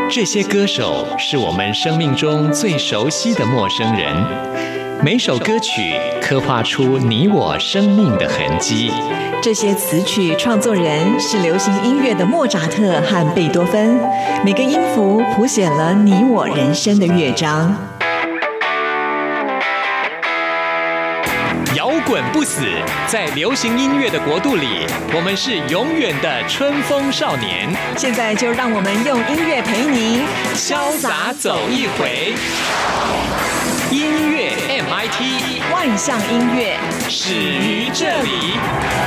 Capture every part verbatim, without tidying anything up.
这些歌手是我们生命中最熟悉的陌生人，每首歌曲刻画出你我生命的痕迹。 这些词曲创作人是流行音乐的莫扎特和贝多芬，每个音符谱写了你我人生的乐章。 摇滚不死，在流行音乐的国度里，我们是永远的春风少年。 现在就让我们用音乐陪您潇洒走一回。音乐 M I T， 万象音乐始于这里。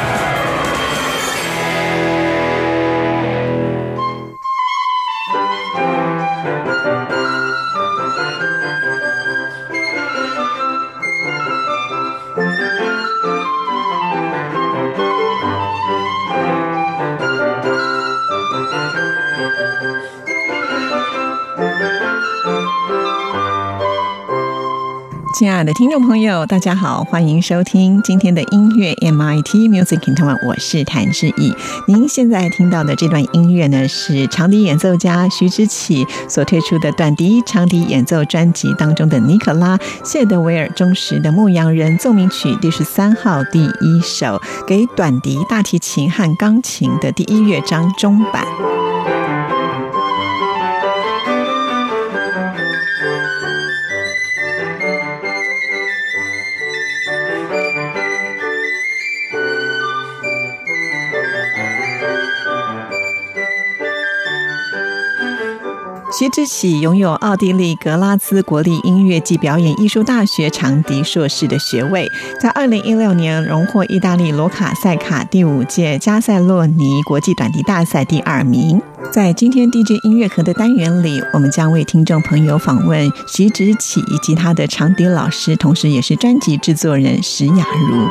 亲爱的听众朋友，大家好，欢迎收听今天的音乐 M I T Music in Taiwan， 我是谭志毅。您现在听到的这段音乐呢，是长笛演奏家徐之启所推出的短笛长笛演奏专辑当中的尼可拉·谢德维尔忠实的牧羊人奏鸣曲第十三号第一首，给短笛、大提琴和钢琴的第一乐章中版。徐之启拥有奥地利格拉兹国立音乐暨表演艺术大学长笛硕士的学位，在二零一六年荣获意大利罗卡塞卡第五届加塞洛尼国际短笛大赛第二名。在今天 D J 音乐盒的单元里，我们将为听众朋友访问徐之启以及他的长笛老师，同时也是专辑制作人石雅茹。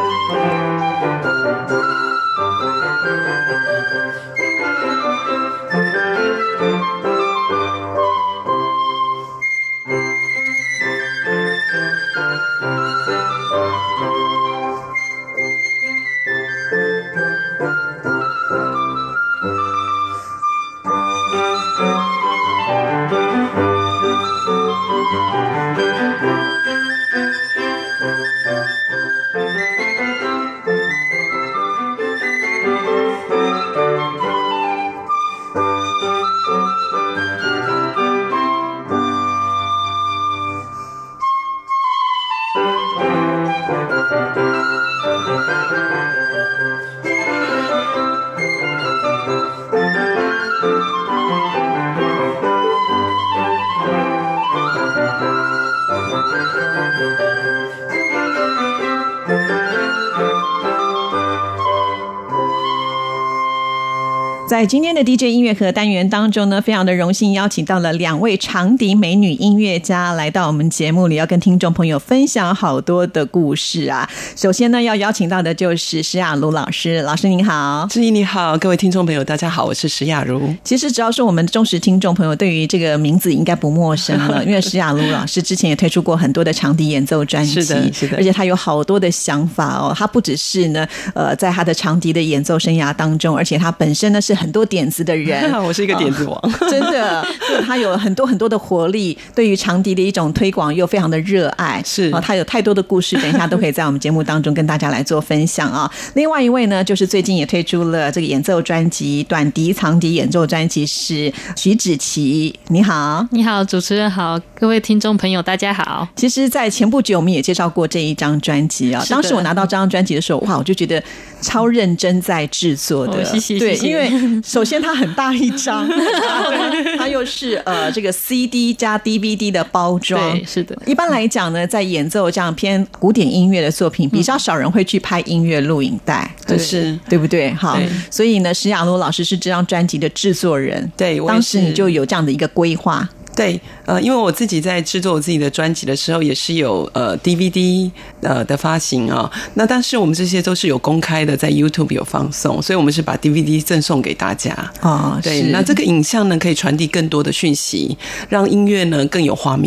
在今天的 D J 音乐盒单元当中呢，非常的荣幸邀请到了两位长笛美女音乐家来到我们节目里，要跟听众朋友分享好多的故事啊。首先呢，要邀请到的就是石雅茹老师。老师您好。 志毅你好，各位听众朋友大家好，我是石雅茹。 其实只要是我们忠实听众朋友，对于这个名字应该不陌生了，因为石雅茹老师之前也推出过很多的长笛演奏专辑， 是的，是的， 而且他有好多的想法哦。他不只是呢，呃，在他的长笛的演奏生涯当中，而且他本身呢是很多点子的人， 我是一个点子王，哦、 真的，就他有很多很多的活力，对于长笛的一种推广又非常的热爱， 是、 哦、他有太多的故事，等一下都可以在我们节目当中跟大家来做分享啊。另外一位呢，就是最近也推出了这个演奏专辑，短笛长笛演奏专辑是徐之启。你好。 你好，主持人好，各位听众朋友大家好。 其实在前不久我们也介绍过这一张专辑啊，当时我拿到这张专辑的时候，哇，我就觉得超认真在制作的、 哦、谢谢对， 谢谢。 因为首先它很大一张，然后它又是呃这个 C D 加 D V D 的包装， 对，是的。 一般来讲呢，在演奏这样偏古典音乐的作品，比较少人会去拍音乐录影带， 对，是， 对不对？好，所以呢，石雅茹老师是这张专辑的制作人， 对， 当时你就有这样的一个规划。 对，呃，因为我自己在制作我自己的专辑的时候，也是有呃 D V D 呃的发行啊、哦。那但是我们这些都是有公开的，在 YouTube 有放送，所以我们是把 D V D 赠送给大家。 哦， 对，那这个影像呢，可以传递更多的讯息，让音乐呢更有画面。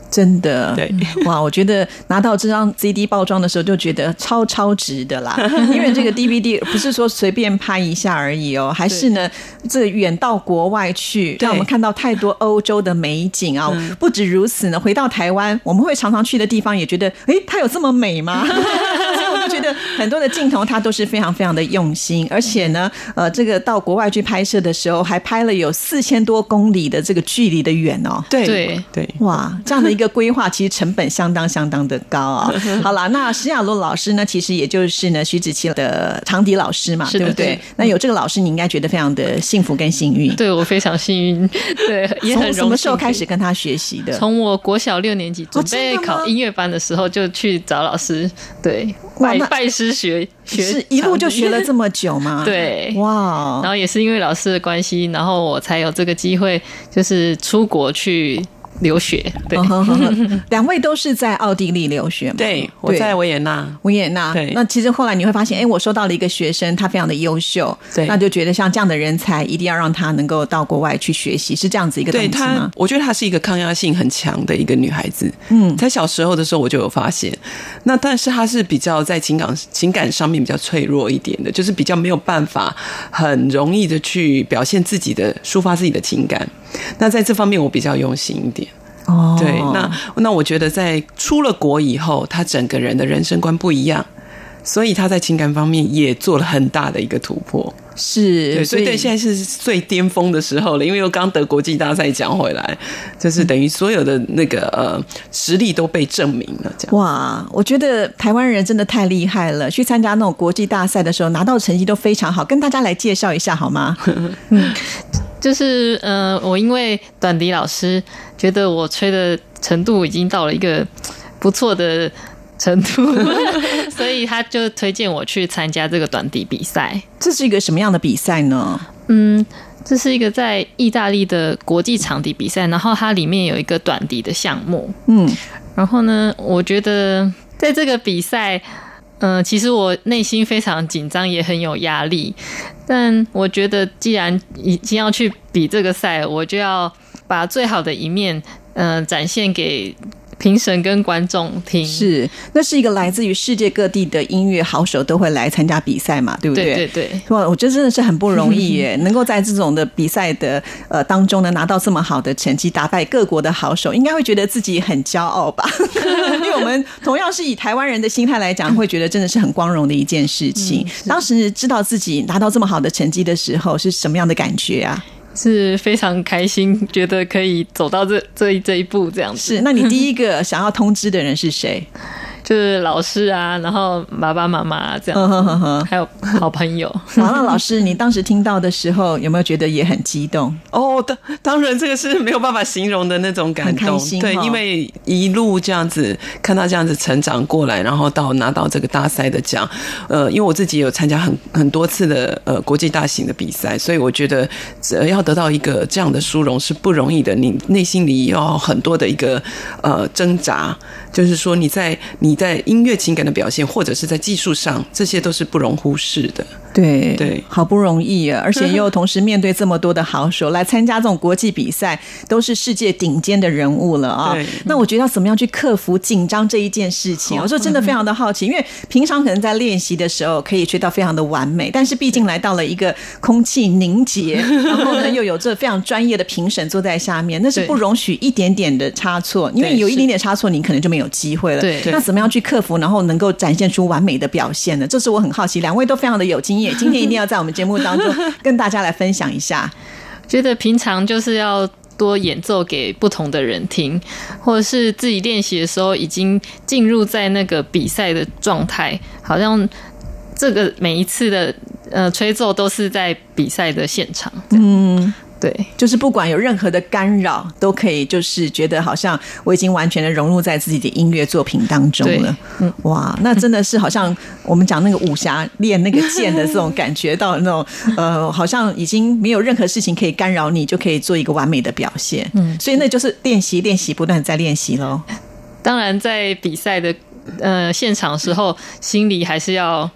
真的， 对， 哇！我觉得拿到这张 C D 包装的时候，就觉得超超值的啦。因为这个 D V D 不是说随便拍一下而已哦，还是呢，这个远到国外去，让我们看到太多欧洲的美景啊！嗯、不止如此呢，回到台湾，我们会常常去的地方，也觉得，哎，它有这么美吗？所以我就觉得很多的镜头，它都是非常非常的用心，而且呢，呃，这个到国外去拍摄的时候，还拍了有四千多公里的这个距离的远哦。 对对对， 哇，这样的一个规划其实成本相当相当的高啊、哦。好啦，那施雅洛老师呢，其实也就是呢徐子淇的长笛老师嘛，对不对？那有这个老师，你应该觉得非常的幸福跟幸运。 对，我非常幸运，对，也很荣幸。 从什么时候开始跟他学习的？ 从我国小六年级准备考音乐班的时候，就去找老师，对，拜拜师学学， 是一路就学了这么久吗？ 对， 哇！ 然后也是因为老师的关系，然后我才有这个机会，就是出国去留学。对， 两位都是在奥地利留学吗？ 对，我在维也纳。 维也纳。对，那其实后来你会发现，哎，我收到了一个学生，他非常的优秀，对，那就觉得像这样的人才，一定要让他能够到国外去学习，是这样子一个动机吗？ 对他，我觉得她是一个抗压性很强的一个女孩子。嗯，在小时候的时候我就有发现，那但是她是比较在情感情感上面比较脆弱一点的，就是比较没有办法很容易的去表现自己的、抒发自己的情感。那在这方面我比较用心一点。哦，对，那那我觉得在出了国以后，他整个人的人生观不一样，所以他在情感方面也做了很大的一个突破。 是， 对，所以对，现在是最巅峰的时候了，因为我刚得国际大赛奖回来，就是等于所有的那个呃实力都被证明了。这样， 哇，我觉得台湾人真的太厉害了，去参加那种国际大赛的时候，拿到成绩都非常好，跟大家来介绍一下好吗？ 嗯，就是呃，我因为短笛老师觉得我吹的程度已经到了一个不错的程度，所以他就推荐我去参加这个短笛比赛。 这是一个什么样的比赛呢？ 嗯，这是一个在意大利的国际长笛比赛，然后它里面有一个短笛的项目。嗯，然后呢，我觉得在这个比赛，嗯、呃，其实我内心非常紧张，也很有压力。但我觉得，既然已经要去比这个赛，我就要把最好的一面，嗯、呃，展现给评审跟观众听。 是，那是一个来自于世界各地的音乐好手都会来参加比赛嘛，对不对？ 对对对。 哇，我觉得真的是很不容易耶，能够在这种的比赛的呃当中呢拿到这么好的成绩，打败各国的好手，应该会觉得自己很骄傲吧？因为我们同样是以台湾人的心态来讲，会觉得真的是很光荣的一件事情。嗯、当时知道自己拿到这么好的成绩的时候，是什么样的感觉啊？ 是非常开心，觉得可以走到这这一这一步这样子。 是，那你第一个想要通知的人是谁？ 就是老师啊，然后爸爸妈妈这样子，呵呵呵，还有好朋友。 好，那老师，你当时听到的时候，有没有觉得也很激动？ 哦，当当然，这个是没有办法形容的那种感动。 很开心， 对，因为一路这样子看他这样子成长过来，然后到拿到这个大赛的奖。呃，因为我自己有参加很很多次的呃国际大型的比赛，所以我觉得要得到一个这样的殊荣是不容易的。你内心里要很多的一个呃挣扎，就是说你在你。在音乐情感的表现，或者是在技术上，这些都是不容忽视的。 对对， 好不容易啊，而且又同时面对这么多的好手来参加这种国际比赛，都是世界顶尖的人物了啊。那我觉得要怎么样去克服紧张这一件事情，我说真的非常的好奇，因为平常可能在练习的时候可以吹到非常的完美，但是毕竟来到了一个空气凝结，然后呢又有这非常专业的评审坐在下面，那是不容许一点点的差错，因为有一点点差错，你可能就没有机会了。 对， 那怎么样去克服，然后能够展现出完美的表现呢？这是我很好奇，两位都非常的有经验，今天一定要在我们节目当中跟大家来分享一下。 觉得平常就是要多演奏给不同的人听，或者是自己练习的时候已经进入在那个比赛的状态，好像这个每一次的呃吹奏都是在比赛的现场。嗯。对， 就是不管有任何的干扰，都可以就是觉得好像我已经完全的融入在自己的音乐作品当中了。嗯，哇，那真的是好像我们讲那个武侠练那个剑的这种感觉到那种呃，好像已经没有任何事情可以干扰你，就可以做一个完美的表现。嗯，所以那就是练习练习，不断在练习咯。 当然，在比赛的呃现场的时候，心里还是要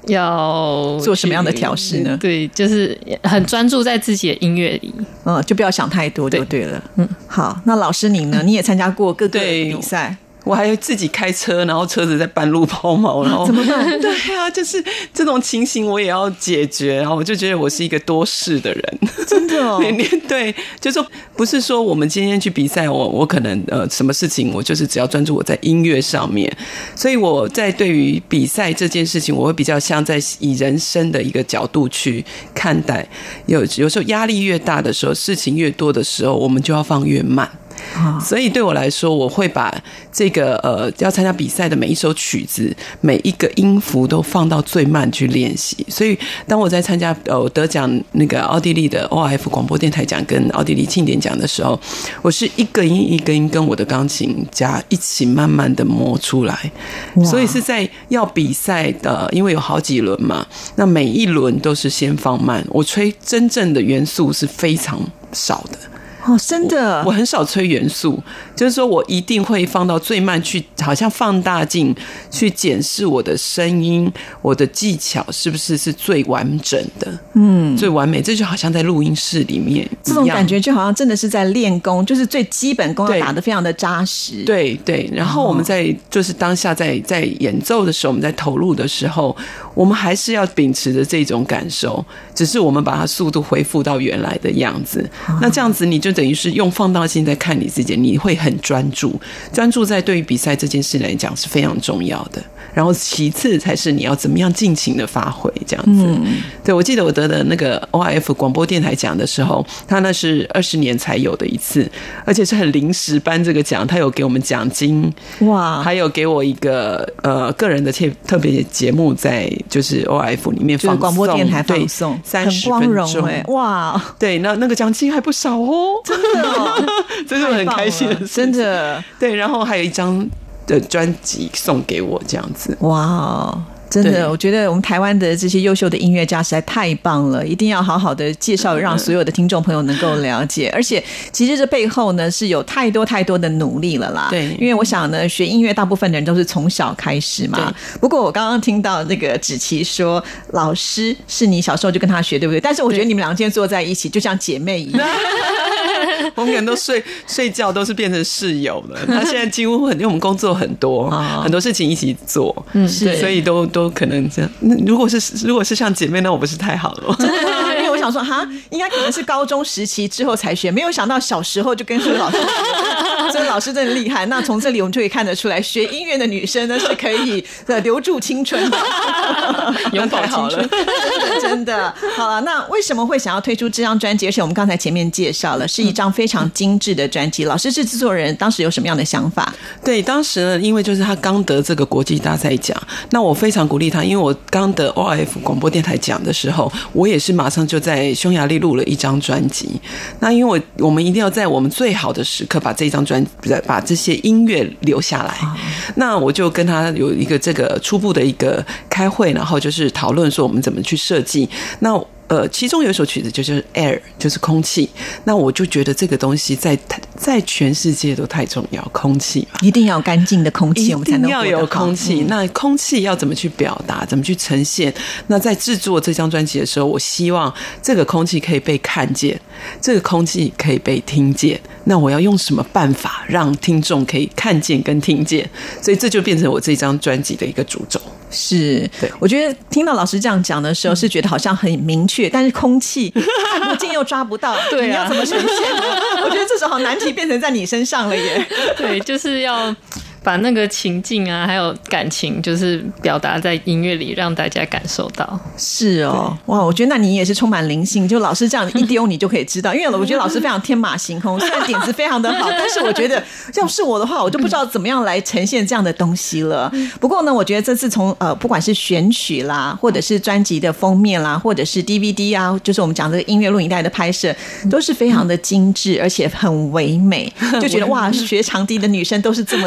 要做什么样的调试呢？ 对，就是很专注在自己的音乐里， 嗯，就不要想太多就对了。嗯，好，那老师你呢？你也参加过各个比赛？ 我还自己开车，然后车子在半路抛锚，然后、 啊、怎么办？ 对啊，就是这种情形我也要解决，然后我就觉得我是一个多事的人， 真的哦。 对，就是说不是说我们今天去比赛，我我可能呃什么事情我就是只要专注我在音乐上面，所以我在对于比赛这件事情，我会比较像在以人生的一个角度去看待。有有时候压力越大的时候，事情越多的时候，我们就要放越慢。所以对我来说，我会把这个呃要参加比赛的每一首曲子、每一个音符都放到最慢去练习。所以当我在参加呃得奖那个奥地利的 O R F 广播电台奖跟奥地利庆典奖的时候，我是一个音一个音跟我的钢琴家一起慢慢的磨出来。所以是在要比赛的，因为有好几轮嘛，那每一轮都是先放慢。我吹真正的元素是非常少的。 哦，真的， 我, 我很少吹元素，就是说我一定会放到最慢去，好像放大镜去检视我的声音，我的技巧是不是是最完整的，嗯，最完美。这就好像在录音室里面， 这种感觉就好像真的是在练功，就是最基本功要打得非常的扎实。 对 对, 对，然后我们在就是当下在在演奏的时候，我们在投入的时候，我们还是要秉持着这种感受，只是我们把它速度恢复到原来的样子。那这样子你就等于是用放大镜在看你自己，你会很专注，专注在对于比赛这件事来讲是非常重要的。然后其次才是你要怎么样尽情的发挥，这样子。嗯、对，我记得我得的那个 O R F 广播电台奖的时候，他那是二十年才有的一次，而且是很临时颁这个奖，他有给我们奖金，哇，还有给我一个呃个人的特特别节目在就是 O R F 里面放送， 就是广播电台放送， 三十分钟，欸，哇，对，那那个奖金还不少哦， 真的，哦， 这是我很开心的事， 真的， 对，然后还有一张的专辑送给我，这样子， 哇，真的，我觉得我们台湾的这些优秀的音乐家实在太棒了，一定要好好的介绍，让所有的听众朋友能够了解。而且，其实这背后呢是有太多太多的努力了啦。对，因为我想呢，学音乐大部分的人都是从小开始嘛。不过我刚刚听到那个芷琪说，老师是你小时候就跟他学，对不对？但是我觉得你们两个今天坐在一起，就像姐妹一样。 我们可能都睡睡觉都是变成室友了。他现在几乎很，因为我们工作很多，哦，很多事情一起做，嗯，是，所以都都可能这样。那如果是如果是像姐妹，那我不是太好了。 真的，因为我想说，哈，应该可能是高中时期之后才学，没有想到小时候就跟老师学，所以老师真的厉害。那从这里我们就可以看得出来，学音乐的女生呢是可以留住青春的， 永葆青春。 真的，真的。好了，那为什么会想要推出这张专辑？而且我们刚才前面介绍了，是一张非常精致的专辑。老师是制作人，当时有什么样的想法？ 对，当时呢，因为就是他刚得这个国际大赛奖，那我非常鼓励他，因为我刚得 O R F 广播电台奖的时候，我也是马上就在匈牙利录了一张专辑。那因为我我们一定要在我们最好的时刻把这张专把这些音乐留下来。哦，那我就跟他有一个这个初步的一个开会，然后就是讨论说我们怎么去设计。那呃，其中有一首曲子就是 Air， 就是空气。那我就觉得这个东西在在全世界都太重要，空气嘛， 一定要有干净的空气，我们才能要有空气。嗯，那空气要怎么去表达，怎么去呈现？那在制作这张专辑的时候，我希望这个空气可以被看见，这个空气可以被听见。那我要用什么办法让听众可以看见跟听见？所以这就变成我这张专辑的一个主轴。 是，我觉得听到老师这样讲的时候，是觉得好像很明确，但是空气看不见又抓不到，对啊，你要怎么呈现呢？我觉得这时候好难题变成在你身上了耶。 对，就是要把那个情境啊，还有感情，就是表达在音乐里，让大家感受到。 是哦，哇，我觉得那你也是充满灵性，就老师这样一丢，你就可以知道。因为我觉得老师非常天马行空，虽然点子非常的好，但是我觉得要是我的话，我就不知道怎么样来呈现这样的东西了。不过呢，我觉得这次从呃，不管是选曲啦，或者是专辑的封面啦，或者是 D V D 啊，就是我们讲这个音乐录影带的拍摄，都是非常的精致，而且很唯美，就觉得哇，学长笛的女生都是这么的漂亮。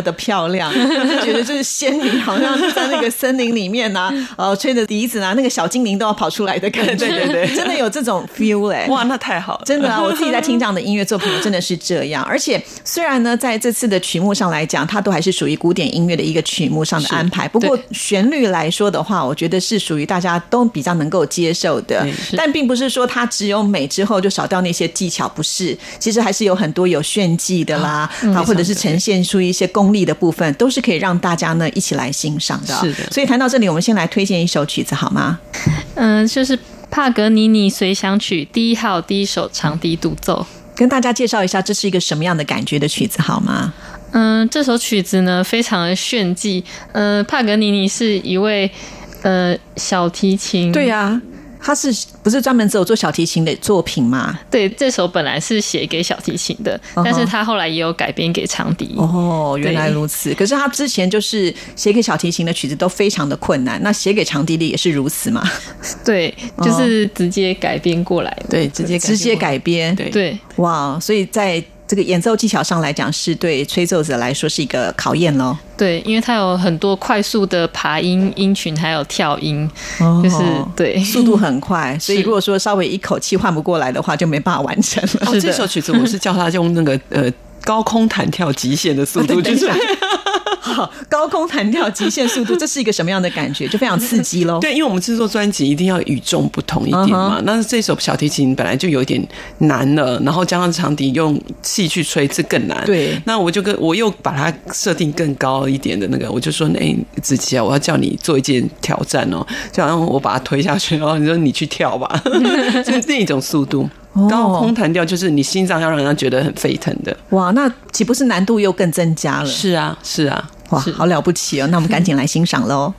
漂亮，就觉得就是仙女好像在那个森林里面啊，呃，吹着笛子啊，那个小精灵都要跑出来的感觉。 对对对， 真的有这种 feel 哎、欸！ 哇，那太好了， 真的啊！我自己在听这样的音乐作品，真的是这样。而且虽然呢，在这次的曲目上来讲，它都还是属于古典音乐的一个曲目上的安排，不过旋律来说的话，我觉得是属于大家都比较能够接受的。但并不是说它只有美之后就少掉那些技巧，不是，其实还是有很多有炫技的啦，嗯、或者是呈现出一些功力的部分，都是可以让大家呢一起来欣赏的。 是的。 所以谈到这里，我们先来推荐一首曲子好吗？ 嗯，就是帕格尼尼随想曲第一号第一首长笛独奏。 跟大家介绍一下，这是一个什么样的感觉的曲子好吗？ 嗯，这首曲子呢非常的炫技。嗯，帕格尼尼是一位呃小提琴， 对啊。他是不是专门只有做小提琴的作品吗？ 对，这首本来是写给小提琴的， uh-huh. 但是他后来也有改编给长笛。 哦，原来如此。可是他之前就是写给小提琴的曲子都非常的困难，那写给长笛的也是如此吗？ 对，就是直接改编过来的。 对，直接直接改编。 对对， 哇，所以在这个演奏技巧上来讲，是对吹奏者来说是一个考验咯。 对，因为它有很多快速的爬音音群，还有跳音，哦、就是对速度很快，所以如果说稍微一口气换不过来的话，就没办法完成了。 哦，这首曲子我是叫他用那个呃高空弹跳极限的速度，就是好，高空弹跳极限速度，这是一个什么样的感觉？就非常刺激咯。 对，因为我们制作专辑一定要与众不同一点嘛。Uh-huh. 那这首小提琴本来就有点难了，然后加上长笛用气去吹，这更难。 对， 那我就跟我又把它设定更高一点的那个，我就说，哎、欸，子琪啊，我要叫你做一件挑战哦，就好像我把它推下去，然后你说你去跳吧，就是那种速度。高空弹跳就是你心脏要让人家觉得很沸腾的。 哇，那岂不是难度又更增加了？ 是啊，是啊， 哇，好了不起哦！那我们赶紧来欣赏喽。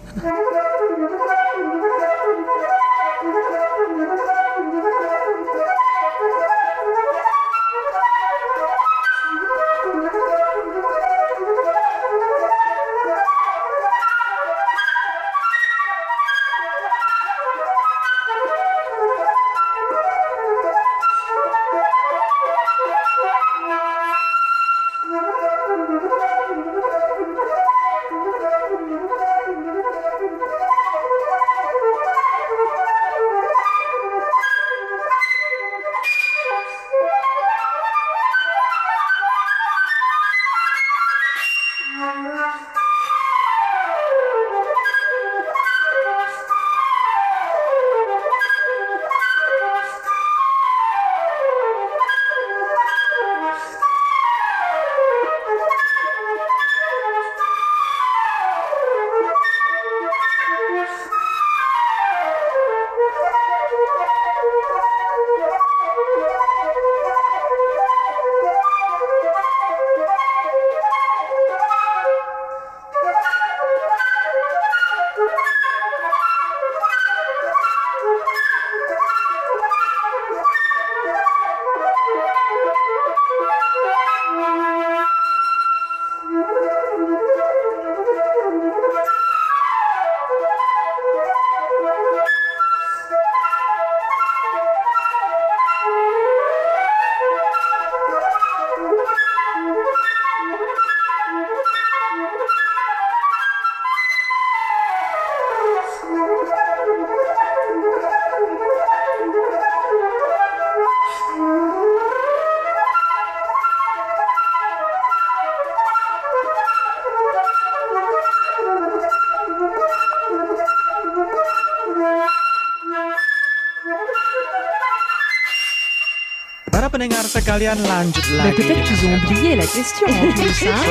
Pendengar sekalian, lanjut lagi. Mais peut-être qu'ils ont oublié la question en plus, hein?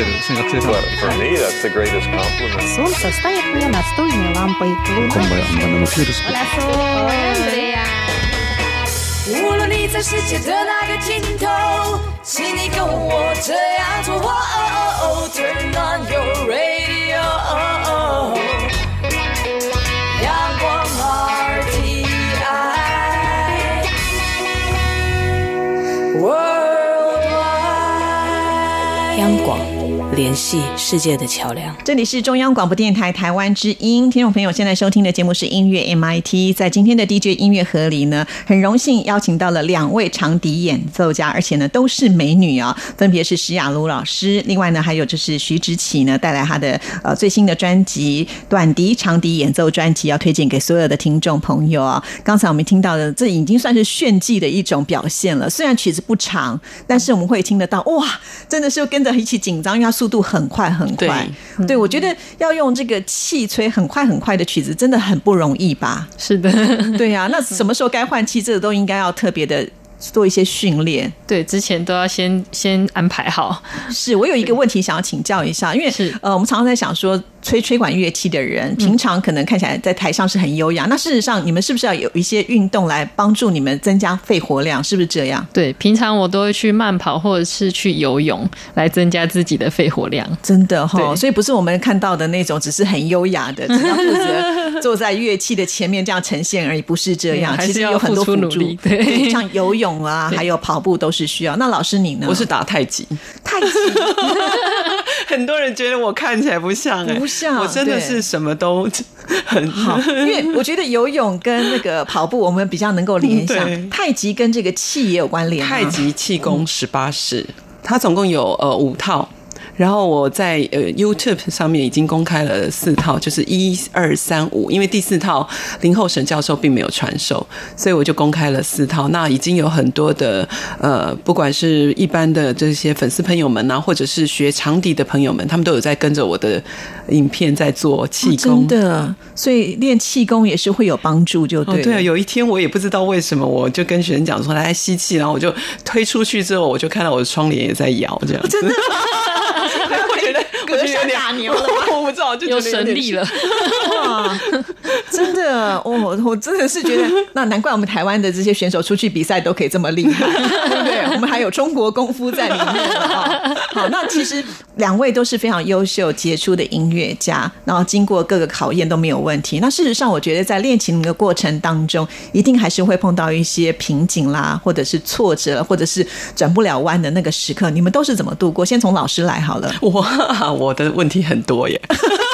For me, that's the greatest compliment. Солнце стоит мне настольной лампой. Hola, Sol. Andrea. 无论你在世界的哪个尽头，请你跟我这样做。Oh, turn on your radio. 阳光 R T I Worldwide 央广联系世界的桥梁。 这里是中央广播电台台湾之音，听众朋友现在收听的节目是音乐 M I T。 在今天的 D J 音乐盒里呢，很荣幸邀请到了两位长笛演奏家，而且呢都是美女啊，分别是史雅茹老师，另外呢还有就是徐芷绮呢带来她的呃最新的专辑短笛长笛演奏专辑，要推荐给所有的听众朋友啊。刚才我们听到的这已经算是炫技的一种表现了，虽然曲子不长，但是我们会听得到哇，真的是跟着一起紧张，因为它速度很快很快。 对, 对，我觉得要用这个气吹很快很快的曲子真的很不容易吧。 是的， 对啊，那什么时候该换气，这个都应该要特别的做一些训练。 对，之前都要先先安排好。 是，我有一个问题想要请教一下，因为呃，我们常常在想说吹吹管乐器的人平常可能看起来在台上是很优雅、嗯、那事实上你们是不是要有一些运动来帮助你们增加肺活量，是不是这样？对， 平常我都会去慢跑或者是去游泳来增加自己的肺活量。 真的齁，所以不是我们看到的那种只是很优雅的只要负责坐在乐器的前面这样呈现而已，不是这样、嗯、其实有很多辅助，对，像游泳啊还有跑步都是需要。那老师你呢？ 我是打太极。 太极很多人觉得我看起来不像、欸、 不像， 我真的是什么都很好。因为我觉得游泳跟那个跑步我们比较能够联想，太极跟这个气也有关联。 太极气功十八式、嗯、它总共有呃五套，然后我在呃 YouTube 上面已经公开了四套，就是一二三五，因为第四套林厚沈教授并没有传授，所以我就公开了四套。那已经有很多的呃，不管是一般的这些粉丝朋友们啊，或者是学长笛的朋友们，他们都有在跟着我的影片在做气功、 哦、真的，所以练气功也是会有帮助就对了、哦、 对啊，有一天我也不知道为什么，我就跟学生讲说来吸气，然后我就推出去之后，我就看到我的窗帘也在摇这样、哦、 真的我觉得隔山打牛了吗？ 我不知道，就有神力了。 哇，真的，我我真的是觉得，那难怪我们台湾的这些选手出去比赛都可以这么厉害，对不对？我们还有中国功夫在里面了。好，那其实两位都是非常优秀杰出的音乐家，然后经过各个考验都没有问题。那事实上，我觉得在练琴的过程当中，一定还是会碰到一些瓶颈啦，或者是挫折，或者是转不了弯的那个时刻，你们都是怎么度过？先从老师来好了。 哇，我的问题很多耶。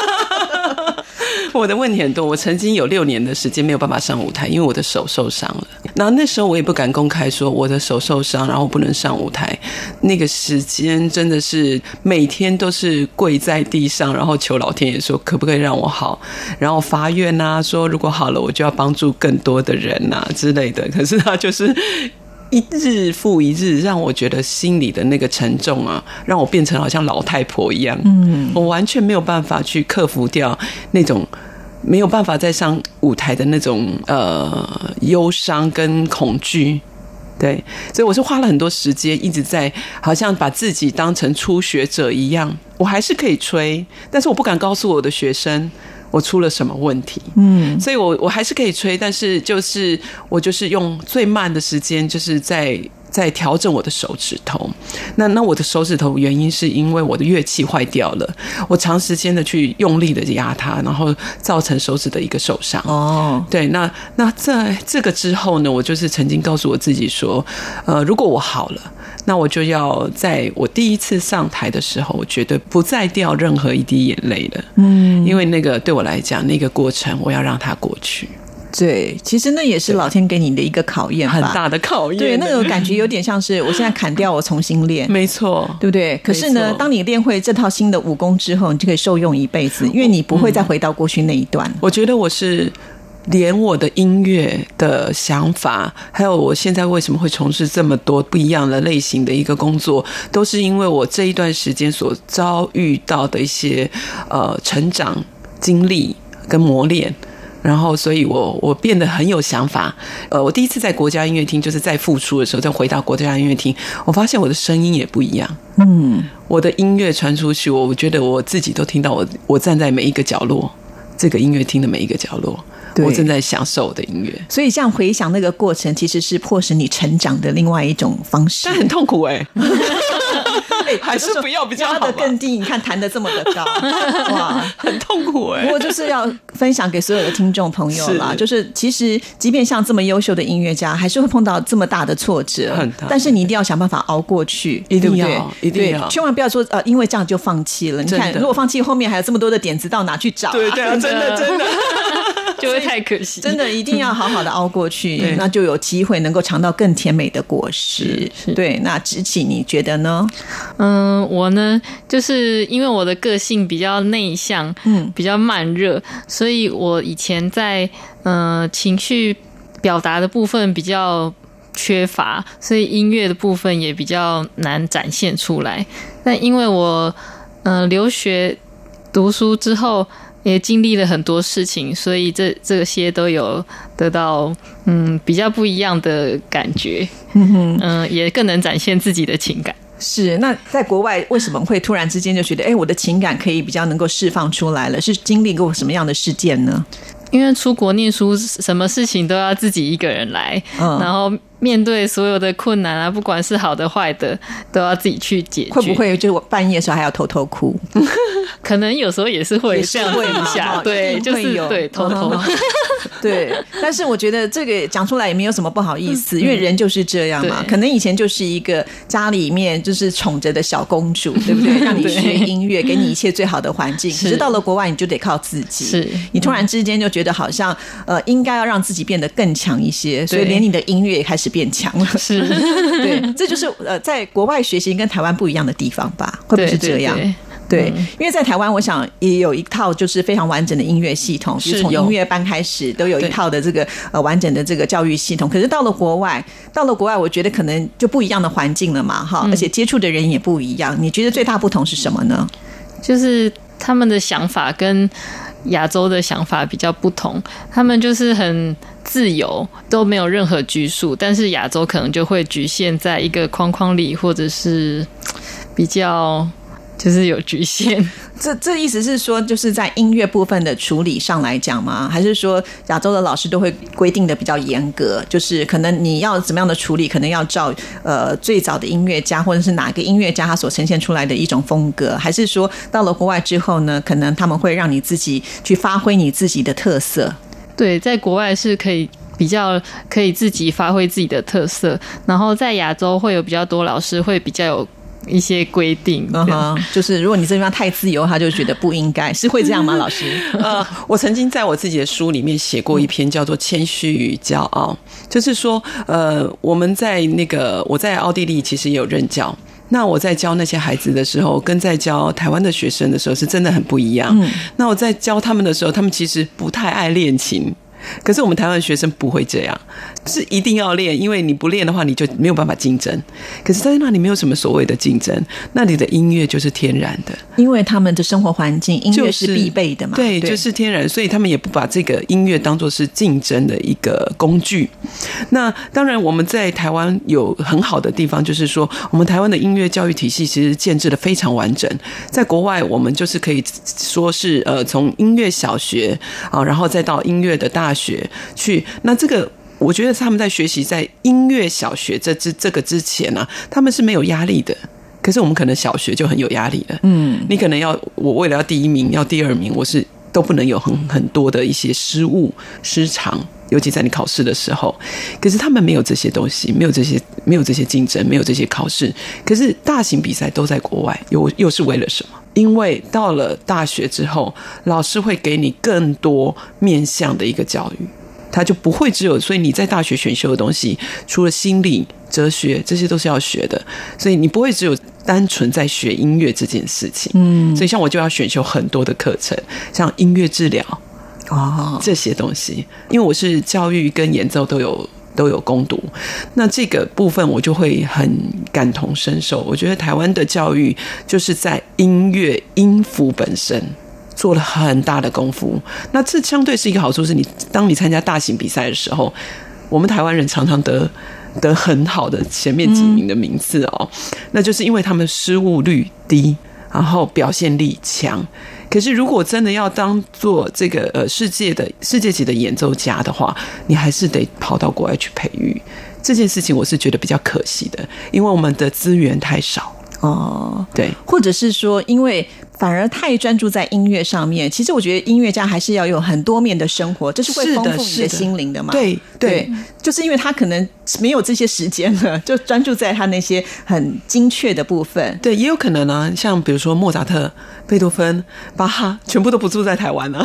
我的问题很多，我曾经有六年的时间没有办法上舞台，因为我的手受伤了。然后那时候我也不敢公开说我的手受伤，然后不能上舞台。那个时间真的是每天都是跪在地上，然后求老天爷说可不可以让我好，然后发愿啊，说如果好了我就要帮助更多的人啊之类的。可是他就是一日复一日，让我觉得心里的那个沉重啊，让我变成好像老太婆一样。嗯，我完全没有办法去克服掉那种没有办法再上舞台的那种呃忧伤跟恐惧。对，所以我是花了很多时间，一直在好像把自己当成初学者一样。我还是可以吹，但是我不敢告诉我的学生我出了什么问题。嗯，所以我我还是可以吹，但是就是我就是用最慢的时间，就是在在调整我的手指头。那那我的手指头原因是因为我的乐器坏掉了，我长时间的去用力的压它，然后造成手指的一个受伤。哦，对，那那在这个之后呢，我就是曾经告诉我自己说，呃，如果我好了，那我就要在我第一次上台的时候，我绝对不再掉任何一滴眼泪了。嗯，因为那个对我来讲，那个过程我要让它过去。 对，其实那也是老天给你的一个考验吧， 很大的考验。 对，那个感觉有点像是我现在砍掉，我重新练。 没错， 对不对？可是呢，当你练会这套新的武功之后，你就可以受用一辈子，因为你不会再回到过去那一段。 嗯，我觉得我是连我的音乐的想法，还有我现在为什么会从事这么多不一样的类型的一个工作，都是因为我这一段时间所遭遇到的一些呃成长经历跟磨练。然后所以我我变得很有想法。呃，我第一次在国家音乐厅，就是在复出的时候，再回到国家音乐厅，我发现我的声音也不一样。嗯，我的音乐传出去，我觉得我自己都听到我，我站在每一个角落，这个音乐厅的每一个角落，我正在享受我的音乐。 所以这样回想那个过程，其实是迫使你成长的另外一种方式。 但很痛苦哎、欸。 哎， 还是不要比较好吧， 压得更低。你看弹得这么的高，哇， 很痛苦哎、欸。 不过就是要分享给所有的听众朋友啦，是就是其实即便像这么优秀的音乐家，还是会碰到这么大的挫折，很大，但是你一定要想办法熬过去， 一定要， 对不对？ 一定要， 千万不要说呃，因为这样就放弃了。你看，如果放弃，后面还有这么多的点子，到哪去找、啊？ 对对、啊，真的真的。 就会太可惜， 真的一定要好好的熬过去，那就有机会能够尝到更甜美的果实。对，那芷琪你觉得呢？ 嗯，我呢，就是因为我的个性比较内向，嗯，比较慢热，所以我以前在呃情绪表达的部分比较缺乏，所以音乐的部分也比较难展现出来。但因为我呃留学读书之后，也经历了很多事情，所以这这些都有得到嗯比较不一样的感觉，嗯、呃、也更能展现自己的情感。 是，那在国外为什么会突然之间就觉得，哎，我的情感可以比较能够释放出来了？是经历过什么样的事件呢？ 因为出国念书，什么事情都要自己一个人来，嗯、然后面对所有的困难啊，不管是好的坏的，都要自己去解决。 会不会就半夜的时候还要偷偷哭？ 可能有时候也是会这样子一下，对，就是对偷偷。 对，但是我觉得这个讲出来也没有什么不好意思，因为人就是这样嘛。可能以前就是一个家里面就是宠着的小公主，对不对？让你学音乐，给你一切最好的环境。可是到了国外，你就得靠自己。是，你突然之间就觉得好像呃，应该要让自己变得更强一些，所以连你的音乐也开始变强了。是，对，这就是呃，在国外学习跟台湾不一样的地方吧？会不会是这样？对对对对，因为在台湾，我想也有一套就是非常完整的音乐系统，是从音乐班开始都有一套的这个呃完整的这个教育系统。可是到了国外，到了国外，我觉得可能就不一样的环境了嘛，哈、嗯，而且接触的人也不一样。你觉得最大不同是什么呢？ 就是他们的想法跟亚洲的想法比较不同，他们就是很自由，都没有任何拘束，但是亚洲可能就会局限在一个框框里，或者是比较。就是有局限， 这这意思是说，就是在音乐部分的处理上来讲吗？还是说亚洲的老师都会规定的比较严格？就是可能你要怎么样的处理，可能要照呃最早的音乐家或者是哪个音乐家他所呈现出来的一种风格，还是说到了国外之后呢，可能他们会让你自己去发挥你自己的特色？ 对，在国外是可以。比较可以自己发挥自己的特色，然后在亚洲会有比较多老师会比较有一些规定，嗯哼，就是如果你这地方太自由，他就觉得不应该，是会这样吗？老师， 呃，我曾经在我自己的书里面写过一篇叫做《谦虚与骄傲》，就是说，呃，我们在那个我在奥地利其实也有任教。那我在教那些孩子的时候，跟在教台湾的学生的时候是真的很不一样。嗯、那我在教他们的时候，他们其实不太爱练琴。可是我们台湾的学生不会这样，是一定要练，因为你不练的话你就没有办法竞争。可是在那里没有什么所谓的竞争，那里的音乐就是天然的， 因为他们的生活环境音乐是必备的嘛， 就是、对, 对，就是天然，所以他们也不把这个音乐当作是竞争的一个工具。那当然我们在台湾有很好的地方，就是说我们台湾的音乐教育体系其实建制的非常完整。在国外我们就是可以说是呃从音乐小学啊，然后再到音乐的大学去，那这个我觉得他们在学习在音乐小学这之这个之前呢、啊，他们是没有压力的。可是我们可能小学就很有压力了，嗯，你可能要我为了要第一名要第二名，我是都不能有很很多的一些失误失常，尤其在你考试的时候。可是他们没有这些东西，没有这些没有这些竞争，没有这些考试。可是大型比赛都在国外，又又是为了什么？因为到了大学之后，老师会给你更多面向的一个教育，他就不会只有，所以你在大学选修的东西，除了心理、哲学，这些都是要学的，所以你不会只有单纯在学音乐这件事情。嗯，所以像我就要选修很多的课程，像音乐治疗哦这些东西，因为我是教育跟演奏都有。都有攻读，那这个部分我就会很感同身受。我觉得台湾的教育就是在音乐音符本身做了很大的功夫，那这相对是一个好处，是你当你参加大型比赛的时候，我们台湾人常常得得很好的前面几名的名次哦，嗯、那就是因为他们失误率低，然后表现力强。可是如果真的要当做这个呃世界的世界级的演奏家的话，你还是得跑到国外去培育。这件事情我是觉得比较可惜的，因为我们的资源太少。 哦， 对， 或者是说因为反而太专注在音乐上面，其实我觉得音乐家还是要有很多面的生活，这是会丰富你的心灵的嘛。 对 对, 对， 就是因为他可能没有这些时间了，就专注在他那些很精确的部分。 对，也有可能啊，像比如说莫扎特、贝多芬、巴哈，全部都不住在台湾了。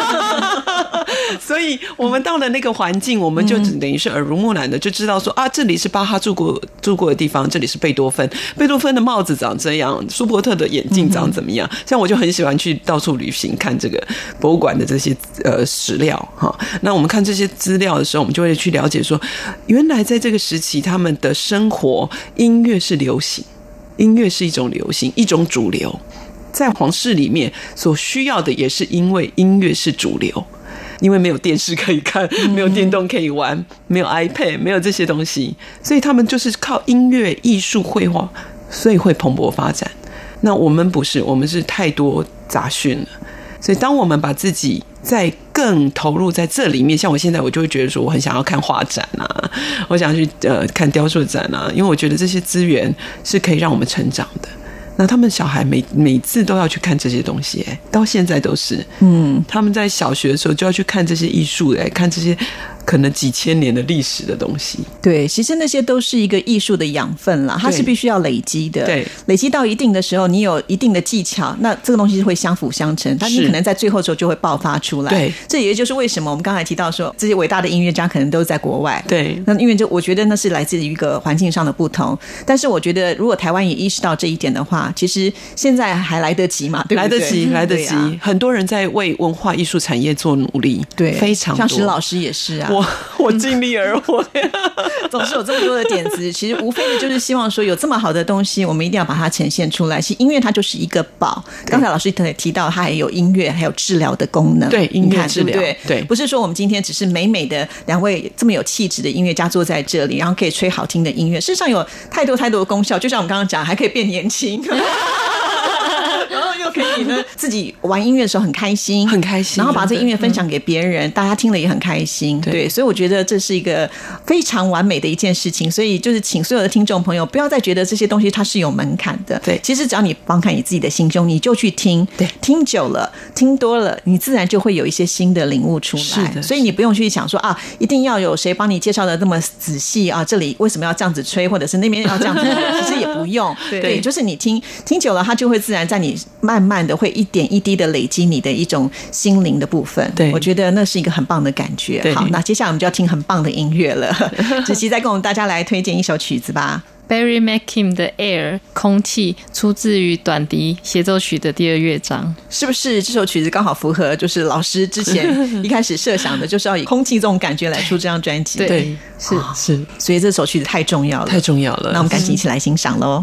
所以我们到了那个环境，我们就等于是耳濡目染的就知道说啊，这里是巴哈住过住过的地方，这里是贝多芬，贝多芬的帽子长这样，舒伯特的眼镜长怎么样。像我就很喜欢去到处旅行，看这个博物馆的这些呃史料哈。那我们看这些资料的时候，我们就会去了解说，原来在这个时期他们的生活，音乐是流行，音乐是一种流行，一种主流。在皇室里面所需要的也是因为音乐是主流，因为没有电视可以看，没有电动可以玩，没有 iPad， 没有这些东西，所以他们就是靠音乐、艺术、绘画，所以会蓬勃发展。那我们不是，我们是太多杂讯了。所以当我们把自己再更投入在这里面，像我现在我就会觉得说我很想要看画展啊，我想去呃看雕塑展啊，因为我觉得这些资源是可以让我们成长的。那他们小孩每每次都要去看这些东西、欸，到现在都是，嗯，他们在小学的时候就要去看这些艺术，哎，看这些可能几千年的历史的东西。 对，其实那些都是一个艺术的养分啦，它是必须要累积的。 对， 累积到一定的时候，你有一定的技巧，那这个东西会相辅相成，但你可能在最后的时候就会爆发出来。 对， 这也就是为什么我们刚才提到说，这些伟大的音乐家可能都在国外。 对， 那因为就我觉得那是来自于一个环境上的不同。但是我觉得，如果台湾也意识到这一点的话，其实现在还来得及嘛，对不对？ 来得及，来得及、啊。很多人在为文化艺术产业做努力， 对， 非常多。 像石老师也是啊， 我我尽力而为， 总是有这么多的点子。其实无非的就是希望说，有这么好的东西，我们一定要把它呈现出来。其实音乐它就是一个宝。刚才老师也提到，它还有音乐，还有治疗的功能。 对，音乐治疗， 对不对？对，不是说我们今天只是美美的两位这么有气质的音乐家坐在这里，然后可以吹好听的音乐。事实上有太多太多的功效，就像我们刚刚讲，还可以变年轻。然后又可以呢，自己玩音乐的时候很开心， 很开心， 然后把这个音乐分享给别人，嗯、大家听了也很开心。对，对，所以我觉得这是一个非常完美的一件事情。所以就是请所有的听众朋友不要再觉得这些东西它是有门槛的。 对， 其实只要你放开你自己的心胸，你就去听，对，听久了，听多了，你自然就会有一些新的领悟出来。 是的， 所以你不用去想说啊，一定要有谁帮你介绍的那么仔细啊，这里为什么要这样子吹，或者是那边要这样子，其实也不用。对，对，就是你听听久了，它就会自然在你慢慢的会一点一滴的累积你的一种心灵的部分。 对， 我觉得那是一个很棒的感觉。好，那接下来我们就要听很棒的音乐了。芷琪再跟我们大家来推荐一首曲子吧。 Barry McKim 的 Air 空气出自于短笛协奏曲的第二乐章。 是不是这首曲子刚好符合就是老师之前一开始设想的，就是要以空气这种感觉来出这张专辑？ 对， 是、 哦、是， 所以这首曲子太重要了， 太重要了。 那我们赶紧一起来欣赏咯。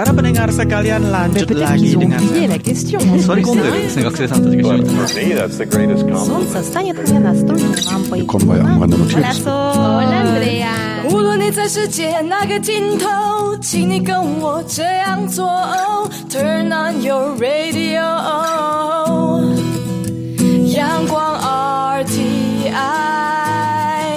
Para pendengar sekalian, lanjut lagi dengan saya. Sorry, But for me, that's the greatest compliment. Hola, Andrea. 无论你在世界哪个尽头，请你跟我这样做。Turn on your radio， 阳光 R T I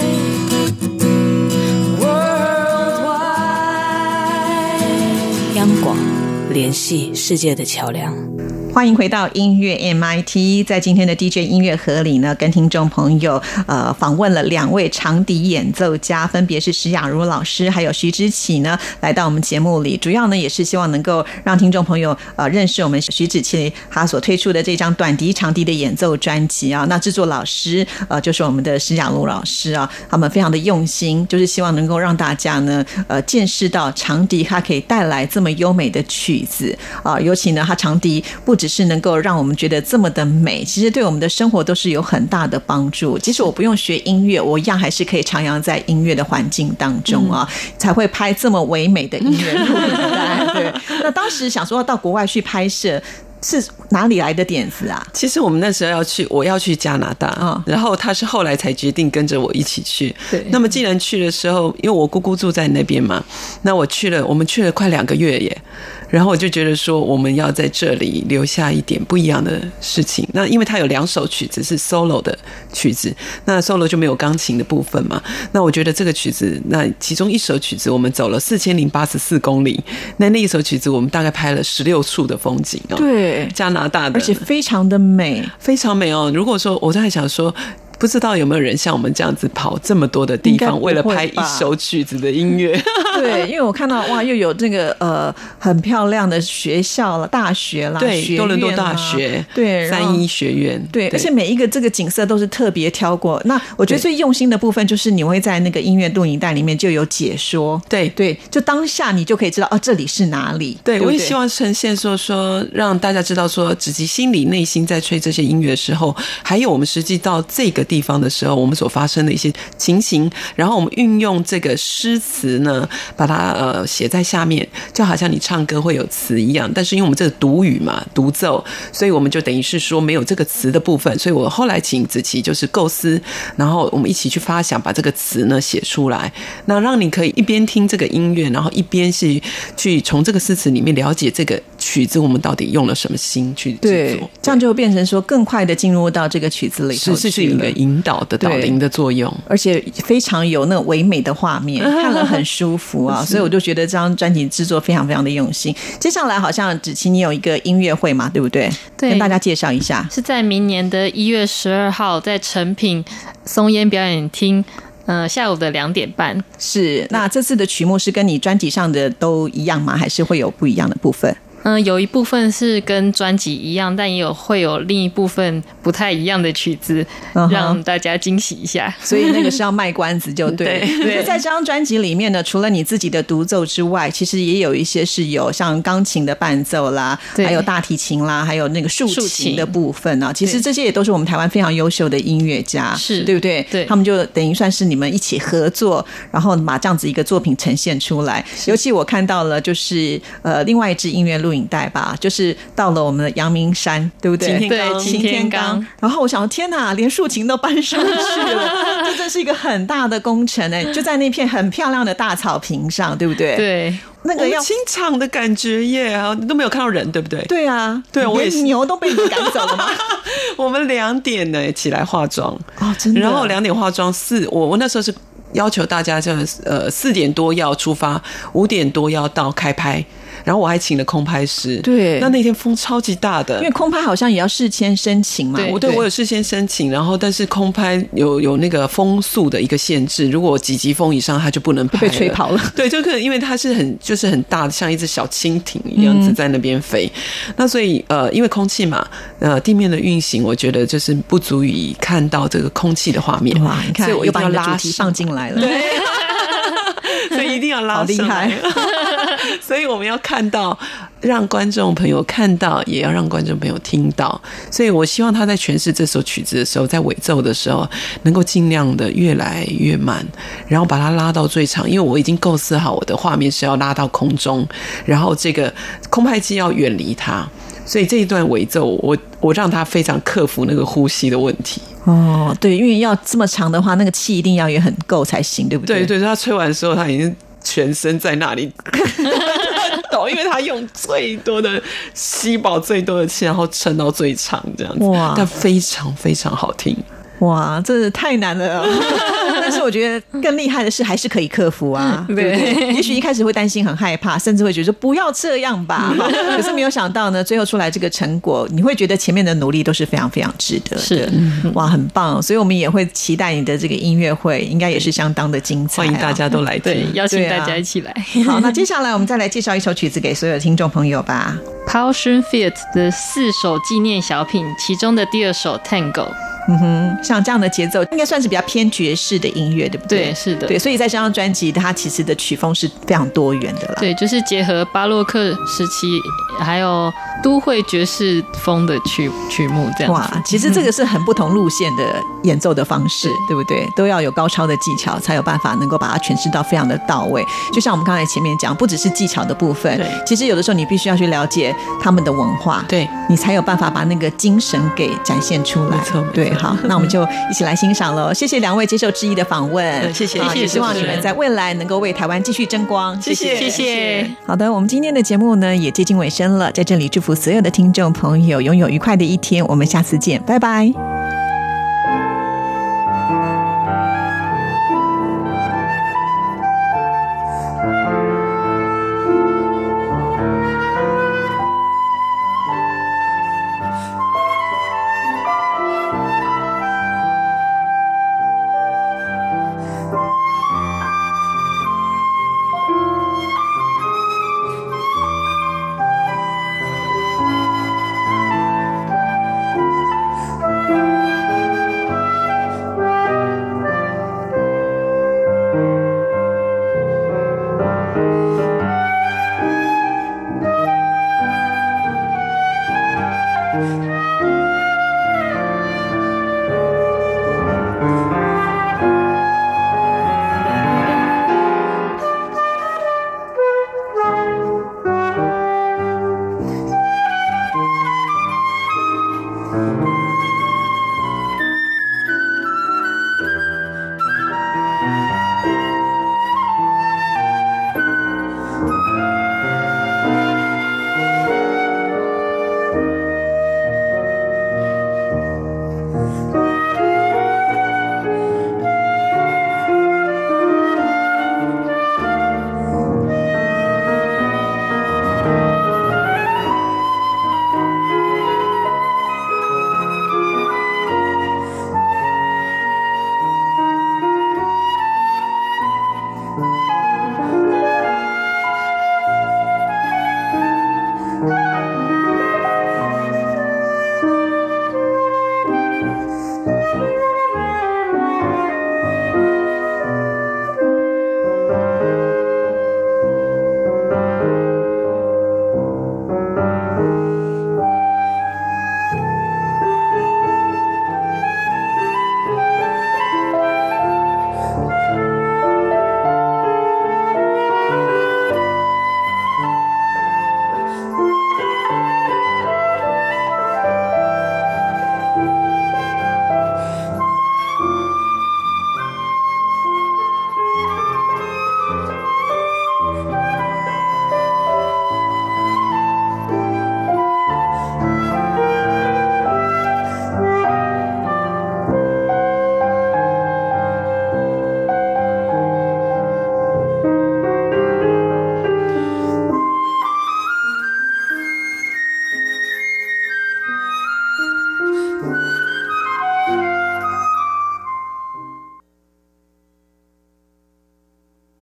Worldwide， 央广联系世界的桥梁。 欢迎回到音乐 M I T， 在今天的 D J 音乐盒里呢，跟听众朋友呃访问了两位长笛演奏家，分别是石雅茹老师还有徐之启呢，来到我们节目里，主要呢也是希望能够让听众朋友呃认识我们徐之启他所推出的这张短笛长笛的演奏专辑啊。那制作老师呃就是我们的石雅茹老师啊，他们非常的用心，就是希望能够让大家呢呃见识到长笛它可以带来这么优美的曲子啊，尤其呢它长笛不止只是能够让我们觉得这么的美，其实对我们的生活都是有很大的帮助。即使我不用学音乐，我一样还是可以徜徉在音乐的环境当中啊，嗯、才会拍这么唯美的音乐录影带。对，那当时想说要到国外去拍摄，是哪里来的点子啊？ 其实我们那时候要去，我要去加拿大，哦、然后他是后来才决定跟着我一起去。对，那么既然去的时候，因为我姑姑住在那边嘛，那我去了，我们去了快两个月耶。然后我就觉得说，我们要在这里留下一点不一样的事情。那因为它有两首曲子是 solo 的曲子，那 solo 就没有钢琴的部分嘛。那我觉得这个曲子，那其中一首曲子我们走了四千零八十四公里，那那一首曲子我们大概拍了十六处的风景哦。 对， 加拿大的， 而且非常的美， 非常美哦。如果说我在想说，不知道有没有人像我们这样子跑这么多的地方，为了拍一首曲子的音乐？ 对，因为我看到哇，又有这个呃很漂亮的学校了，大学啦， 对，多伦多大学， 对， 三一学院， 对，而且每一个这个景色都是特别挑过。那我觉得最用心的部分就是你会在那个音乐录影带里面就有解说， 对对，就当下你就可以知道哦，这里是哪里。 对， 对， 我也希望呈现说说让大家知道说，子琪心里内心在吹这些音乐的时候，还有我们实际到这个地方的时候，我们所发生的一些情形，然后我们运用这个诗词呢，把它呃写在下面，就好像你唱歌会有词一样。但是因为我们这个独语嘛，独奏，所以我们就等于是说没有这个词的部分。所以我后来请子琪就是构思，然后我们一起去发想，把这个词呢写出来，那让你可以一边听这个音乐，然后一边是去从这个诗词里面了解这个曲子我们到底用了什么心去制作。 对，这样就变成说更快的进入到这个曲子里头去了， 是是一个引导的导聆的作用， 而且非常有那种唯美的画面，看了很舒服啊。所以我就觉得这张专辑制作非常非常的用心。接下来好像子琪你有一个音乐会嘛，对不对？ 对， 跟大家介绍一下， 是在明年的一月十二号，在诚品松烟表演厅。呃，下午的两点半。 是，那这次的曲目是跟你专辑上的都一样吗？还是会有不一样的部分？ 嗯、呃，有一部分是跟专辑一样，但也有会有另一部分不太一样的曲子，嗯、让大家惊喜一下。 所以那个是要卖关子就对。对, 对，在这张专辑里面呢，除了你自己的独奏之外，其实也有一些是有像钢琴的伴奏啦，还有大提琴啦，还有那个竖琴的部分啊。其实这些也都是我们台湾非常优秀的音乐家，是对不对？对，他们就等于算是你们一起合作，然后把这样子一个作品呈现出来。尤其我看到了，就是呃，另外一支音乐录影带吧，就是到了我们的阳明山，对不对？ 擎天岗， 擎天岗。然后我想，天哪，连竖琴都搬上去了，这真是一个很大的工程哎！就在那片很漂亮的大草坪上，对不对？ 对， 那个要清场的感觉耶，你都没有看到人，对不对？ 对啊， 对，我也是， 牛都被你赶走了吗？ 我们两点呢起来化妆哦，真的。 然后两点化妆，四我我那时候是要求大家就呃四点多要出发，五点多要到开拍。然后我还请了空拍师， 对， 那那天风超级大的， 因为空拍好像也要事先申请嘛。 对，我对我有事先申请，然后但是空拍有有那个风速的一个限制，如果几级风以上，它就不能拍了， 被吹跑了。 对，就可能因为它是很就是很大的，像一只小蜻蜓一样子在那边飞。嗯、那所以呃，因为空气嘛，呃，地面的运行，我觉得就是不足以看到这个空气的画面。 哇，你看， 所以我又把你的主题放进来了。 对。所以一定要拉上来， 好厉害！ 所以我们要看到，让观众朋友看到，也要让观众朋友听到。所以我希望他在诠释这首曲子的时候，在尾奏的时候，能够尽量的越来越慢，然后把它拉到最长。因为我已经构思好我的画面是要拉到空中，然后这个空拍机要远离它。所以这一段尾奏，我我让他非常克服那个呼吸的问题。 哦，对，因为要这么长的话，那个气一定要也很够才行，对不对？ 对对，他吹完的时候，他已经全身在那里抖，因为他用最多的吸饱最多的气，然后撑到最长这样子。哇，但非常非常好听。 哇，这是太难了但是我觉得更厉害的是还是可以克服啊。对，对，也许一开始会担心很害怕，甚至会觉得说不要这样吧可是没有想到呢，最后出来这个成果，你会觉得前面的努力都是非常非常值得的。是，哇，很棒。所以我们也会期待你的这个音乐会应该也是相当的精彩，啊， 欢迎大家都来听， 对，邀请大家一起来，啊， 好，那接下来我们再来介绍一首曲子给所有的听众朋友吧。 Paul Schoenfield 的四首纪念小品，其中的第二首 Tango。 嗯哼，像这样的节奏应该算是比较偏爵士的音乐，对不对？ 对，是的。 对，所以在这张专辑它其实的曲风是非常多元的啦。 对，就是结合巴洛克时期还有都会爵士风的曲曲目这样子。 哇，其实这个是很不同路线的演奏的方式，嗯，对不对？都要有高超的技巧才有办法能够把它诠释到非常的到位。就像我们刚才前面讲，不只是技巧的部分，其实有的时候你必须要去了解他们的文化，对，你才有办法把那个精神给展现出来。没错，对。好，那我们就一起来欣赏了。谢谢两位接受志毅的访问，谢谢，也希望你们在未来能够为台湾继续争光。谢谢，谢谢。好的，我们今天的节目呢也接近尾声了，在这里祝福所有的听众朋友拥有愉快的一天，我们下次见，拜拜。